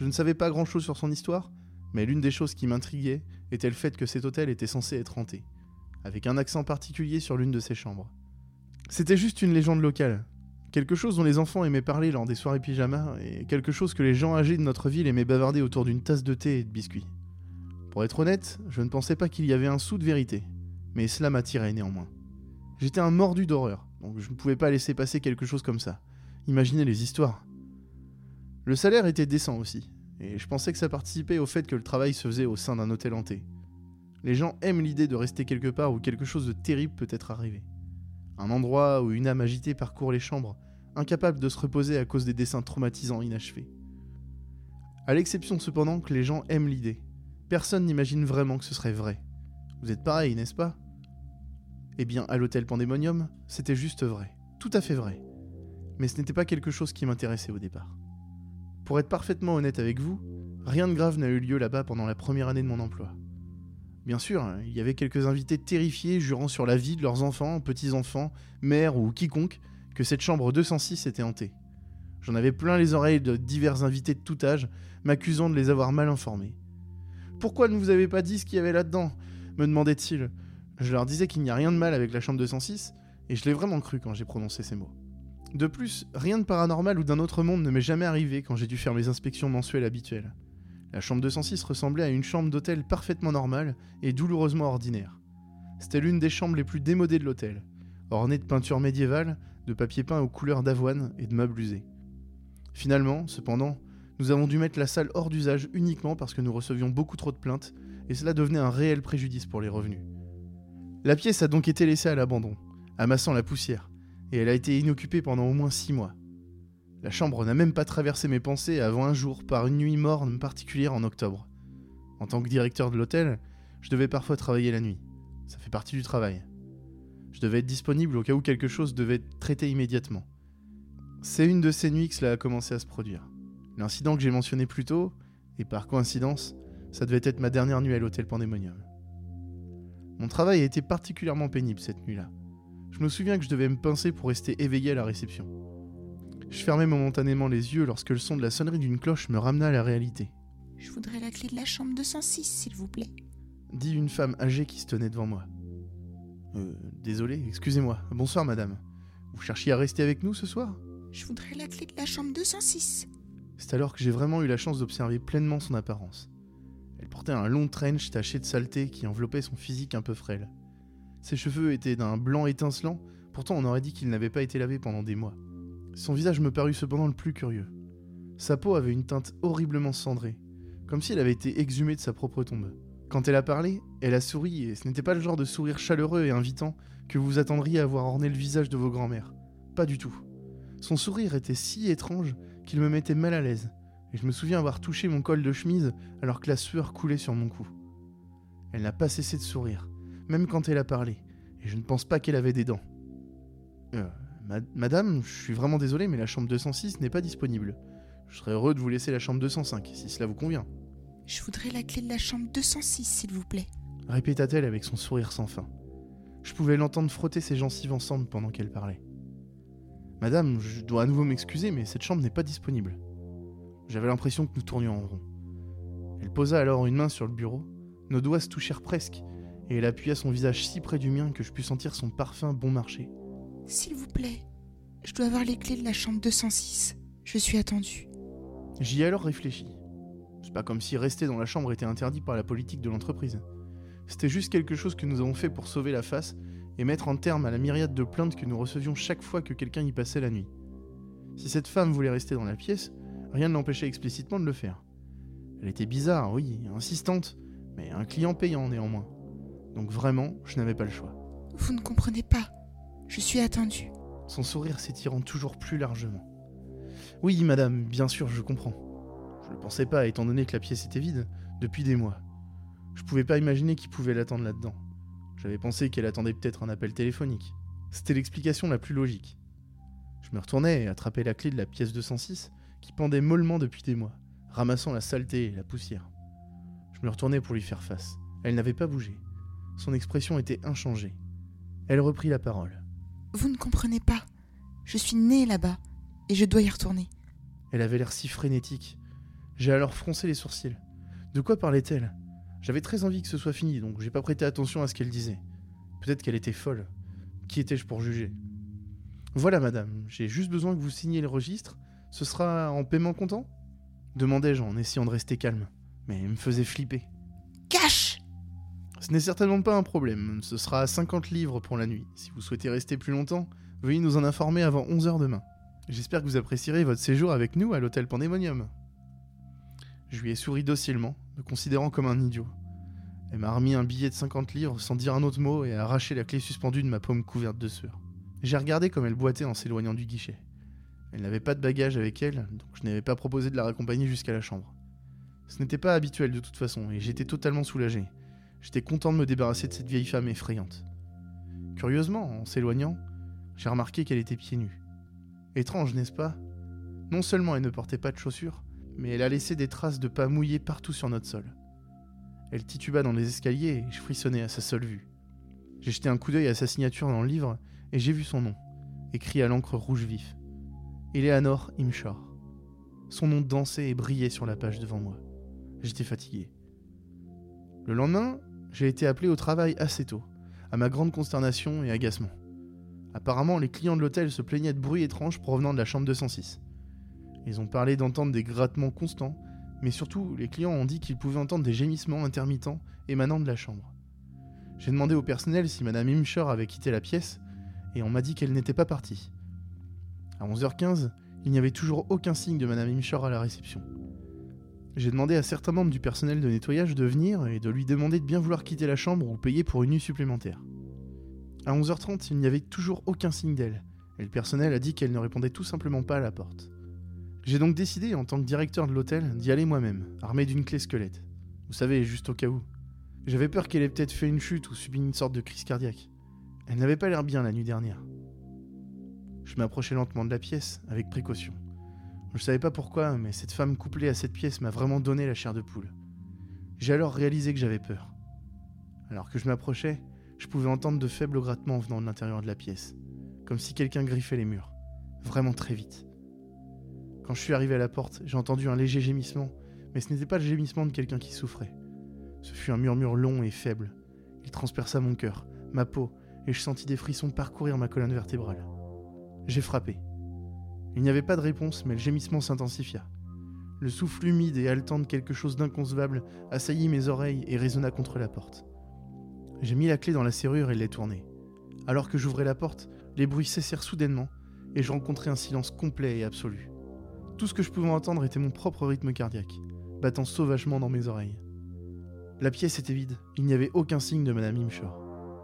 Je ne savais pas grand-chose sur son histoire, mais l'une des choses qui m'intriguait était le fait que cet hôtel était censé être hanté, avec un accent particulier sur l'une de ses chambres. C'était juste une légende locale, quelque chose dont les enfants aimaient parler lors des soirées pyjama, et quelque chose que les gens âgés de notre ville aimaient bavarder autour d'une tasse de thé et de biscuits. Pour être honnête, je ne pensais pas qu'il y avait un sou de vérité, mais cela m'attirait néanmoins. J'étais un mordu d'horreur, donc je ne pouvais pas laisser passer quelque chose comme ça. Imaginez les histoires. Le salaire était décent aussi, et je pensais que ça participait au fait que le travail se faisait au sein d'un hôtel hanté. Les gens aiment l'idée de rester quelque part où quelque chose de terrible peut être arrivé. Un endroit où une âme agitée parcourt les chambres, incapable de se reposer à cause des dessins traumatisants inachevés. À l'exception cependant que les gens aiment l'idée. Personne n'imagine vraiment que ce serait vrai. Vous êtes pareil, n'est-ce pas ? Eh bien, à l'hôtel Pandémonium, c'était juste vrai. Tout à fait vrai. Mais ce n'était pas quelque chose qui m'intéressait au départ. Pour être parfaitement honnête avec vous, rien de grave n'a eu lieu là-bas pendant la première année de mon emploi. Bien sûr, il y avait quelques invités terrifiés jurant sur la vie de leurs enfants, petits-enfants, mères ou quiconque que cette chambre 206 était hantée. J'en avais plein les oreilles de divers invités de tout âge, m'accusant de les avoir mal informés. « Pourquoi ne vous avez pas dit ce qu'il y avait là-dedans ?» me demandaient-ils. Je leur disais qu'il n'y a rien de mal avec la chambre 206, et je l'ai vraiment cru quand j'ai prononcé ces mots. De plus, rien de paranormal ou d'un autre monde ne m'est jamais arrivé quand j'ai dû faire mes inspections mensuelles habituelles. La chambre 206 ressemblait à une chambre d'hôtel parfaitement normale et douloureusement ordinaire. C'était l'une des chambres les plus démodées de l'hôtel, ornée de peintures médiévales, de papier peint aux couleurs d'avoine et de meubles usés. Finalement, cependant, nous avons dû mettre la salle hors d'usage uniquement parce que nous recevions beaucoup trop de plaintes et cela devenait un réel préjudice pour les revenus. La pièce a donc été laissée à l'abandon, amassant la poussière, et elle a été inoccupée pendant au moins 6 mois. La chambre n'a même pas traversé mes pensées avant un jour par une nuit morne particulière en octobre. En tant que directeur de l'hôtel, je devais parfois travailler la nuit. Ça fait partie du travail. Je devais être disponible au cas où quelque chose devait être traité immédiatement. C'est une de ces nuits que cela a commencé à se produire. L'incident que j'ai mentionné plus tôt, et par coïncidence, ça devait être ma dernière nuit à l'hôtel Pandémonium. Mon travail a été particulièrement pénible cette nuit-là. Je me souviens que je devais me pincer pour rester éveillé à la réception. Je fermais momentanément les yeux lorsque le son de la sonnerie d'une cloche me ramena à la réalité. « Je voudrais la clé de la chambre 206, s'il vous plaît. » dit une femme âgée qui se tenait devant moi. Désolé, excusez-moi. Bonsoir, madame. Vous cherchiez à rester avec nous ce soir ? Je voudrais la clé de la chambre 206. C'est alors que j'ai vraiment eu la chance d'observer pleinement son apparence. Elle portait un long trench taché de saleté qui enveloppait son physique un peu frêle. Ses cheveux étaient d'un blanc étincelant, pourtant on aurait dit qu'il n'avait pas été lavé pendant des mois. Son visage me parut cependant le plus curieux. Sa peau avait une teinte horriblement cendrée, comme si elle avait été exhumée de sa propre tombe. Quand elle a parlé, elle a souri, et ce n'était pas le genre de sourire chaleureux et invitant que vous attendriez à voir orner le visage de vos grands-mères. Pas du tout. Son sourire était si étrange qu'il me mettait mal à l'aise, et je me souviens avoir touché mon col de chemise alors que la sueur coulait sur mon cou. Elle n'a pas cessé de sourire, même quand elle a parlé, et je ne pense pas qu'elle avait des dents. Madame, je suis vraiment désolé, mais la chambre 206 n'est pas disponible. Je serais heureux de vous laisser la chambre 205, si cela vous convient. Je voudrais la clé de la chambre 206, s'il vous plaît. Répéta-t-elle avec son sourire sans fin. Je pouvais l'entendre frotter ses gencives ensemble pendant qu'elle parlait. Madame, je dois à nouveau m'excuser, mais cette chambre n'est pas disponible. J'avais l'impression que nous tournions en rond. Elle posa alors une main sur le bureau, nos doigts se touchèrent presque, et elle appuya son visage si près du mien que je pus sentir son parfum bon marché. S'il vous plaît, je dois avoir les clés de la chambre 206. Je suis attendue. J'y ai alors réfléchi. C'est pas comme si rester dans la chambre était interdit par la politique de l'entreprise. C'était juste quelque chose que nous avons fait pour sauver la face et mettre un terme à la myriade de plaintes que nous recevions chaque fois que quelqu'un y passait la nuit. Si cette femme voulait rester dans la pièce, rien ne l'empêchait explicitement de le faire. Elle était bizarre, oui, insistante, mais un client payant néanmoins. Donc vraiment, je n'avais pas le choix. Vous ne comprenez pas. Je suis attendue. Son sourire s'étirant toujours plus largement. Oui, madame, bien sûr, je comprends. Je ne le pensais pas, étant donné que la pièce était vide, depuis des mois. Je pouvais pas imaginer qui pouvait l'attendre là-dedans. J'avais pensé qu'elle attendait peut-être un appel téléphonique. C'était l'explication la plus logique. Je me retournai et attrapai la clé de la pièce 206, qui pendait mollement depuis des mois, ramassant la saleté et la poussière. Je me retournai pour lui faire face. Elle n'avait pas bougé. Son expression était inchangée. Elle reprit la parole. Vous ne comprenez pas. Je suis née là-bas, et je dois y retourner. Elle avait l'air si frénétique. J'ai alors froncé les sourcils. De quoi parlait-elle ? J'avais très envie que ce soit fini, donc j'ai pas prêté attention à ce qu'elle disait. Peut-être qu'elle était folle. Qui étais-je pour juger ? Voilà, madame, j'ai juste besoin que vous signiez le registre. Ce sera en paiement comptant ? Demandai-je en essayant de rester calme. Mais elle me faisait flipper. Cash ! Ce n'est certainement pas un problème. Ce sera 50 livres pour la nuit. Si vous souhaitez rester plus longtemps, veuillez nous en informer avant 11h demain. J'espère que vous apprécierez votre séjour avec nous à l'hôtel Pandémonium. Je lui ai souri docilement, me considérant comme un idiot. Elle m'a remis un billet de 50 livres sans dire un autre mot et a arraché la clé suspendue de ma paume couverte de sueur. J'ai regardé comme elle boitait en s'éloignant du guichet. Elle n'avait pas de bagages avec elle, donc je n'avais pas proposé de la raccompagner jusqu'à la chambre. Ce n'était pas habituel de toute façon, et j'étais totalement soulagé. J'étais content de me débarrasser de cette vieille femme effrayante. Curieusement, en s'éloignant, j'ai remarqué qu'elle était pieds nus. Étrange, n'est-ce pas ? Non seulement elle ne portait pas de chaussures, mais elle a laissé des traces de pas mouillés partout sur notre sol. Elle tituba dans les escaliers et je frissonnais à sa seule vue. J'ai jeté un coup d'œil à sa signature dans le livre et j'ai vu son nom, écrit à l'encre rouge vif. Eleanor Imshore. Son nom dansait et brillait sur la page devant moi. J'étais fatigué. Le lendemain, j'ai été appelé au travail assez tôt, à ma grande consternation et agacement. Apparemment, les clients de l'hôtel se plaignaient de bruits étranges provenant de la chambre 206. Ils ont parlé d'entendre des grattements constants, mais surtout, les clients ont dit qu'ils pouvaient entendre des gémissements intermittents émanant de la chambre. J'ai demandé au personnel si Madame Imshore avait quitté la pièce, et on m'a dit qu'elle n'était pas partie. À 11h15, il n'y avait toujours aucun signe de Madame Imshore à la réception. J'ai demandé à certains membres du personnel de nettoyage de venir et de lui demander de bien vouloir quitter la chambre ou payer pour une nuit supplémentaire. À 11h30, il n'y avait toujours aucun signe d'elle, et le personnel a dit qu'elle ne répondait tout simplement pas à la porte. J'ai donc décidé, en tant que directeur de l'hôtel, d'y aller moi-même, armé d'une clé squelette. Vous savez, juste au cas où. J'avais peur qu'elle ait peut-être fait une chute ou subi une sorte de crise cardiaque. Elle n'avait pas l'air bien la nuit dernière. Je m'approchais lentement de la pièce, avec précaution. Je ne savais pas pourquoi, mais cette femme couplée à cette pièce m'a vraiment donné la chair de poule. J'ai alors réalisé que j'avais peur. Alors que je m'approchais, je pouvais entendre de faibles grattements venant de l'intérieur de la pièce, comme si quelqu'un griffait les murs, vraiment très vite. Quand je suis arrivé à la porte, j'ai entendu un léger gémissement, mais ce n'était pas le gémissement de quelqu'un qui souffrait. Ce fut un murmure long et faible. Il transperça mon cœur, ma peau, et je sentis des frissons parcourir ma colonne vertébrale. J'ai frappé. Il n'y avait pas de réponse, mais le gémissement s'intensifia. Le souffle humide et haletant de quelque chose d'inconcevable assaillit mes oreilles et résonna contre la porte. J'ai mis la clé dans la serrure et l'ai tournée. Alors que j'ouvrais la porte, les bruits cessèrent soudainement, et je rencontrai un silence complet et absolu. Tout ce que je pouvais entendre était mon propre rythme cardiaque, battant sauvagement dans mes oreilles. La pièce était vide, il n'y avait aucun signe de Madame Imshore.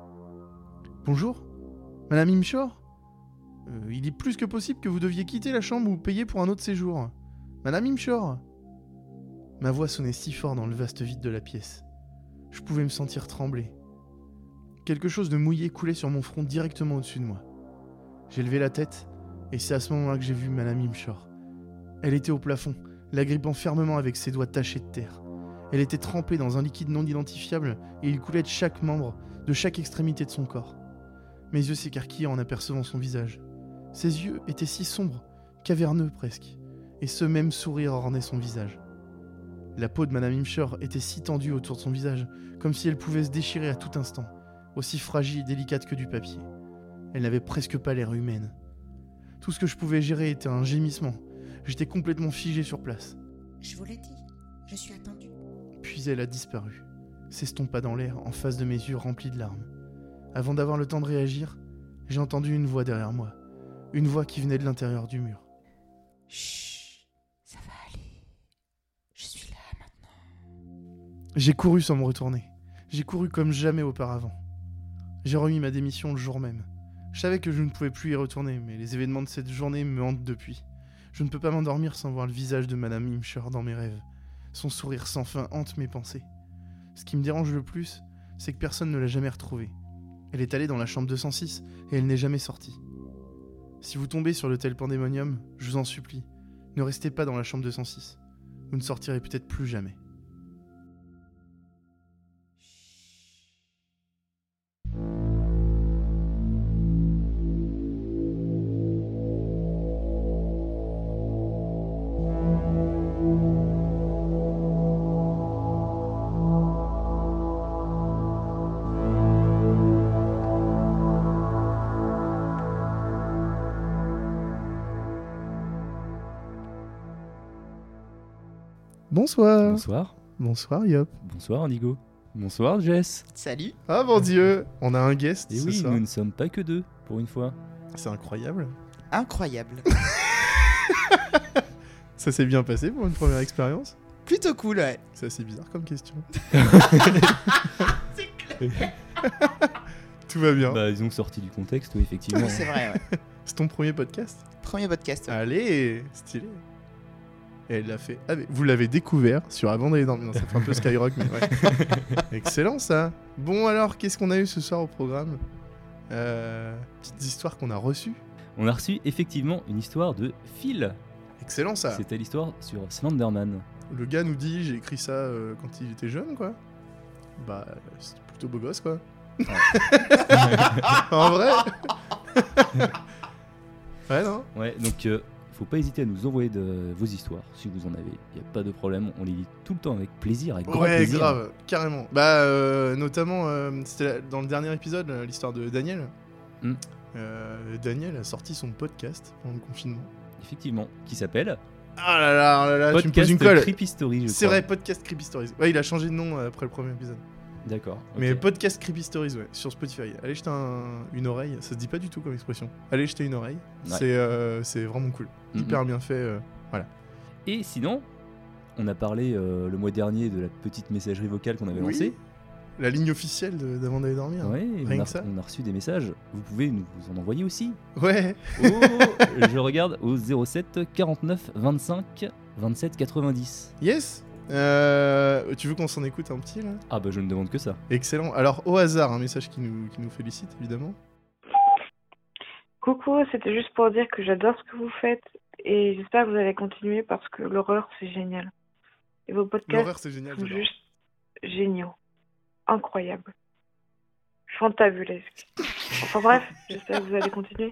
« Bonjour ? Madame Imshore ? Il est plus que possible que vous deviez quitter la chambre ou payer pour un autre séjour. Madame Imshore !» Ma voix sonnait si fort dans le vaste vide de la pièce. Je pouvais me sentir trembler. Quelque chose de mouillé coulait sur mon front directement au-dessus de moi. J'ai levé la tête, et c'est à ce moment-là que j'ai vu Madame Imshore. Elle était au plafond, l'agrippant fermement avec ses doigts tachés de terre. Elle était trempée dans un liquide non identifiable, et il coulait de chaque membre, de chaque extrémité de son corps. Mes yeux s'écarquillaient en apercevant son visage. Ses yeux étaient si sombres, caverneux presque, et ce même sourire ornait son visage. La peau de Madame Imshore était si tendue autour de son visage, comme si elle pouvait se déchirer à tout instant, aussi fragile et délicate que du papier. Elle n'avait presque pas l'air humaine. Tout ce que je pouvais gérer était un gémissement. J'étais complètement figé sur place. Je vous l'ai dit, je suis attendu. Puis elle a disparu, s'estompa dans l'air en face de mes yeux remplis de larmes. Avant d'avoir le temps de réagir, j'ai entendu une voix derrière moi. Une voix qui venait de l'intérieur du mur. Chut, ça va aller. Je suis là maintenant. J'ai couru sans me retourner. J'ai couru comme jamais auparavant. J'ai remis ma démission le jour même. Je savais que je ne pouvais plus y retourner, mais les événements de cette journée me hantent depuis. Je ne peux pas m'endormir sans voir le visage de Madame Imshore dans mes rêves. Son sourire sans fin hante mes pensées. Ce qui me dérange le plus, c'est que personne ne l'a jamais retrouvée. Elle est allée dans la chambre 206 et elle n'est jamais sortie. Si vous tombez sur l'hôtel Pandémonium, je vous en supplie, ne restez pas dans la chambre 206. Vous ne sortirez peut-être plus jamais. Bonsoir. Bonsoir. Bonsoir Yop. Bonsoir Indigo. Bonsoir Jess. Salut. Ah mon dieu, on a un guest Et ce oui, soir. nous ne sommes pas que deux, pour une fois. C'est incroyable. Incroyable. Ça s'est bien passé pour une première expérience. Plutôt cool, ouais. C'est assez bizarre comme question. Tout va bien. Bah, disons que sorti du contexte, oui, effectivement. C'est vrai, ouais. C'est ton premier podcast. Premier podcast. Allez, stylé. Et elle l'a fait. Vous l'avez découvert sur Avant d'aller dormir. Non, ça fait un peu Skyrock, mais ouais. Excellent ça. Bon alors, qu'est-ce qu'on a eu ce soir au programme? Petites histoires qu'on a reçues. On a reçu effectivement une histoire de Phil. Excellent ça. C'était l'histoire sur Slenderman. Le gars nous dit j'ai écrit ça quand il était jeune quoi. Bah c'était plutôt beau gosse quoi. En vrai. Ouais non. Ouais, donc faut pas hésiter à nous envoyer vos histoires si vous en avez. Il y a pas de problème, on les lit tout le temps avec plaisir, avec grand Ouais plaisir. grave, carrément. Bah notamment c'était dans le dernier épisode l'histoire de Daniel. Mm. Daniel a sorti son podcast pendant le confinement. Effectivement, qui s'appelle Ah là là, oh là là, tu me poses Podcast une colle. Creepy Story, je C'est crois. vrai, podcast Creepy Stories. Ouais, il a changé de nom après le premier épisode. D'accord. Mais ok. podcast Creepy Stories, ouais, sur Spotify. Allez jeter une oreille, ça se dit pas du tout comme expression. Allez jeter une oreille, Ouais. c'est vraiment cool. Mhm. Hyper bien fait. Et sinon, on a parlé le mois dernier de la petite messagerie vocale qu'on avait Oui, lancée. la ligne officielle d'avant d'aller dormir. Ouais, Rien on a, que ça. on a reçu des messages. Vous pouvez nous en envoyer aussi. Ouais. Je regarde au 07 49 25 27 90. Yes. Tu veux qu'on s'en écoute un petit là? Ah bah je ne demande que ça. Excellent. Alors au hasard, un message qui nous félicite évidemment. Coucou, c'était juste pour dire que j'adore ce que vous faites et j'espère que vous allez continuer parce que l'horreur c'est génial. Et vos podcasts L'horreur c'est génial. sont j'adore. juste géniaux, incroyables, fantabulesques. Enfin bref, j'espère que vous allez continuer.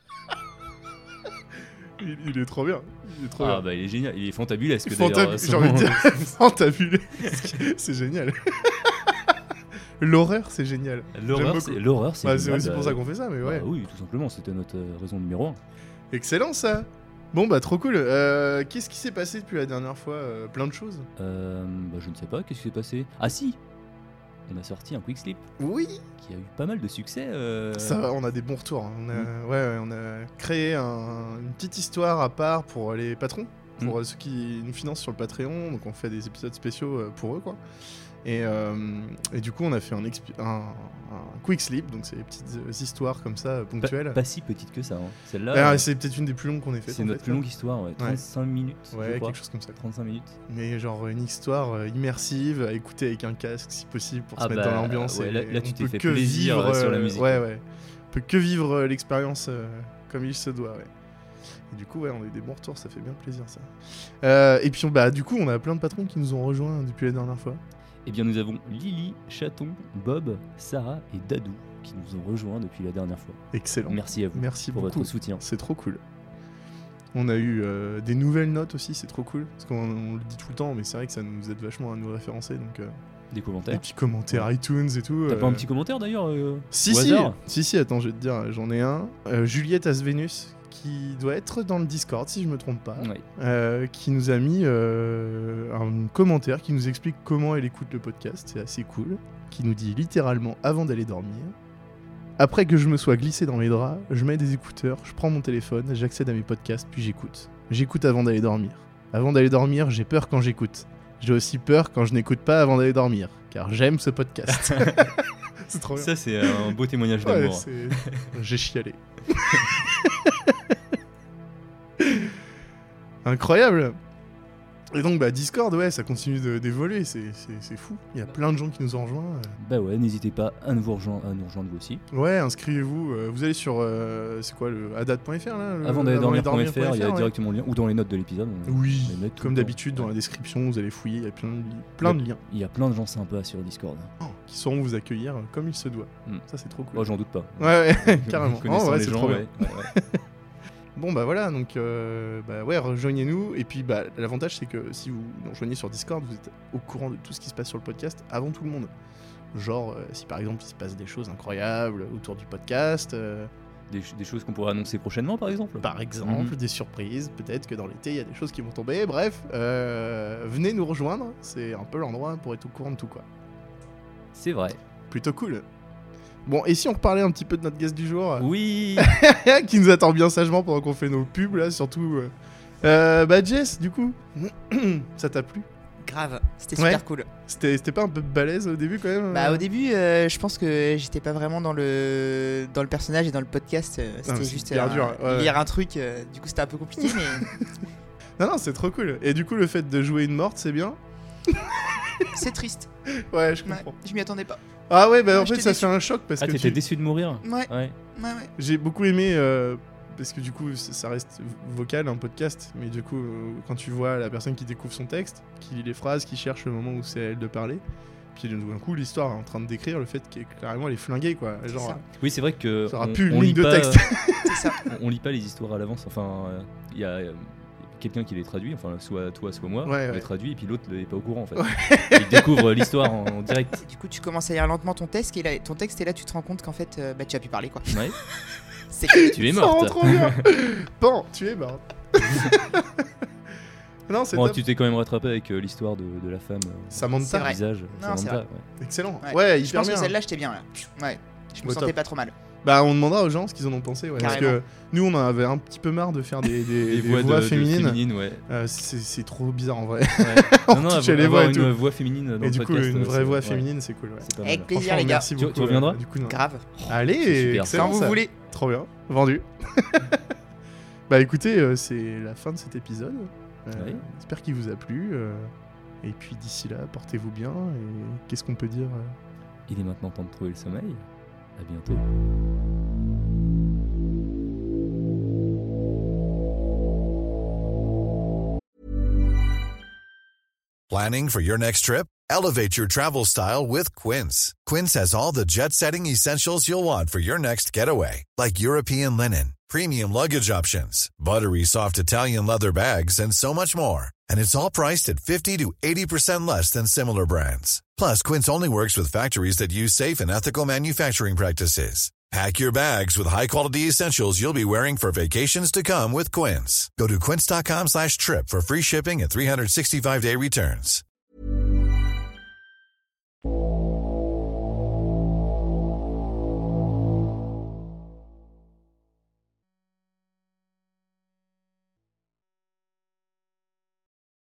Il est trop bien. Il est trop Ah bien. bah il est génial, il est fantabulesque d'ailleurs. J'ai envie de dire fantabulesque. C'est génial. L'horreur c'est génial. L'horreur J'aime c'est beaucoup. l'horreur, c'est Bah, c'est génial, aussi pour ça qu'on fait ça, mais ouais. Bah oui, tout simplement, c'était notre raison numéro 1. Excellent ça. Bon bah trop cool. Qu'est-ce qui s'est passé depuis la dernière fois? Plein de choses. Bah je ne sais pas, qu'est-ce qui s'est passé? Ah si, on a sorti un Quick Slip Oui. qui a eu pas mal de succès. Ça va, on a des bons retours. Hein. On a créé une petite histoire à part pour les patrons, pour ceux qui nous financent sur le Patreon. Donc on fait des épisodes spéciaux pour eux quoi. Et du coup on a fait un quick sleep, donc c'est des petites histoires comme ça ponctuelles. Pas si petite que ça, hein. Celle-là, Bah, c'est peut-être une des plus longues qu'on ait fait. c'est notre plus longue histoire, ouais. 35 minutes. je Ouais, crois. quelque chose comme ça. 35 minutes. Mais genre une histoire immersive à écouter avec un casque si possible pour se Ah mettre bah, dans l'ambiance. ouais, et là, tu on t'es peut fait que plaisir vivre, sur la musique. Ouais. On peut que vivre l'expérience comme il se doit, ouais. Et du coup, ouais, on a eu des bons retours, ça fait bien plaisir ça. Et puis, du coup, on a plein de patrons qui nous ont rejoints depuis la dernière fois. Eh bien, nous avons Lily, Chaton, Bob, Sarah et Dadou qui nous ont rejoints depuis la dernière fois. Excellent. Merci à vous Merci pour beaucoup. votre soutien. C'est trop cool. On a eu des nouvelles notes aussi, c'est trop cool. Parce qu'on le dit tout le temps, mais c'est vrai que ça nous aide vachement à nous référencer. Donc, Des et commentaires. puis commentaires iTunes et tout. T'as pas un petit commentaire d'ailleurs Si, au si, hasard si, attends, je vais te dire, j'en ai un. Juliette Asvenus, qui doit être dans le Discord, si je me trompe pas, Ouais. qui nous a mis un commentaire qui nous explique comment elle écoute le podcast, c'est assez cool. Qui nous dit littéralement avant d'aller dormir. Après que je me sois glissé dans mes draps, je mets des écouteurs, je prends mon téléphone, j'accède à mes podcasts, puis j'écoute. J'écoute avant d'aller dormir. Avant d'aller dormir, j'ai peur quand j'écoute. J'ai aussi peur quand je n'écoute pas avant d'aller dormir, car j'aime ce podcast. C'est trop bien. Ça, c'est un beau témoignage Ouais, d'amour. j'ai chialé. Incroyable. Et donc Discord, ouais, ça continue d'évoluer, c'est fou. Il y a plein de gens qui nous ont rejoints. Bah ouais, n'hésitez pas à nous rejoindre vous aussi. Ouais, inscrivez-vous. Vous allez sur c'est quoi le adat.fr là Avant d'aller dormir.fr, il y a ouais. directement le lien, ou dans les notes de l'épisode. Oui, on les met tout comme le temps. d'habitude, dans Ouais. la description, vous allez fouiller, il y a plein de liens Il y a plein de gens sympas sur Discord. qui sauront vous accueillir comme il se doit. Mm. Ça, c'est trop cool. Oh, j'en doute pas. Ouais, carrément. Connaissant Oh, ouais, les c'est gens, trop bien. ouais. Ouais. Bon voilà, donc ouais, rejoignez-nous. Et puis l'avantage c'est que si vous nous rejoignez sur Discord, vous êtes au courant de tout ce qui se passe sur le podcast avant tout le monde. Genre si par exemple il se passe des choses incroyables autour du podcast, Des choses qu'on pourrait annoncer prochainement, par exemple. Par exemple, des surprises, peut-être que dans l'été, il y a des choses qui vont tomber. Bref, venez nous rejoindre, c'est un peu l'endroit pour être au courant de tout, quoi. C'est vrai. Plutôt cool. Bon, et si on reparlait un petit peu de notre guest du jour Oui. qui nous attend bien sagement pendant qu'on fait nos pubs, là, surtout... bah Jess, du coup, ça t'a plu? Grave, c'était super cool. C'était pas un peu balèze au début quand même? Bah au début, je pense que j'étais pas vraiment dans le personnage et dans le podcast. C'était juste lire un truc. Du coup, c'était un peu compliqué, mais non, c'est trop cool. Et du coup, le fait de jouer une morte, c'est bien? c'est triste. Ouais, je comprends. Je m'y attendais pas. Ah ouais, bah en fait, ça fait un choc parce que t'étais déçu de mourir? Ouais. J'ai beaucoup aimé parce que du coup, ça reste vocal, un podcast, mais du coup, quand tu vois la personne qui découvre son texte, qui lit les phrases, qui cherche le moment où c'est à elle de parler, puis d'un coup, l'histoire est en train de décrire le fait qu'elle carrément elle est flinguée, quoi. Genre, oui, c'est vrai que ça aura plus une ligne de texte. C'est ça. On lit pas les histoires à l'avance. Enfin, il y a quelqu'un qui les traduit, enfin, soit toi, soit moi, les traduit, et puis l'autre n'est pas au courant, en fait. Il découvre l'histoire en direct. Du coup, tu commences à lire lentement ton texte, et là, tu te rends compte qu'en fait, tu as pu parler, quoi. Ouais. Tu es morte. Ça rend trop bien. Bon, tu es morte. Non, c'est top. Tu t'es quand même rattrapé avec l'histoire de la femme. Samantha. C'est visage. Non, c'est vrai. Excellent. Ouais, hyper je pense bien. que celle-là, j'étais bien là. Ouais, je me sentais pas trop mal. Bah, on demandera aux gens ce qu'ils en ont pensé. Ouais, parce que nous, on en avait un petit peu marre de faire des voix féminines. Ouais. C'est trop bizarre en vrai. Ouais. non, les voix et une voix féminine dans et le du podcast. coup, une vraie voix féminine, c'est cool. Ouais. Avec plaisir, les gars. Merci beaucoup. Tu reviendras du coup, Grave. Allez, excellent. Quand vous voulez. Trop bien. Vendu. Bah écoutez, c'est la fin de cet épisode. J'espère qu'il vous a plu. Et puis d'ici là, portez-vous bien. Et qu'est-ce qu'on peut dire Il est maintenant temps de trouver le sommeil. À bientôt. Planning for your next trip? Elevate your travel style with Quince. Quince has all the jet-setting essentials you'll want for your next getaway, like European linen, premium luggage options, buttery soft Italian leather bags, and so much more. And it's all priced at 50 to 80% less than similar brands. Plus, Quince only works with factories that use safe and ethical manufacturing practices. Pack your bags with high-quality essentials you'll be wearing for vacations to come with Quince. Go to quince.com/trip for free shipping and 365-day returns.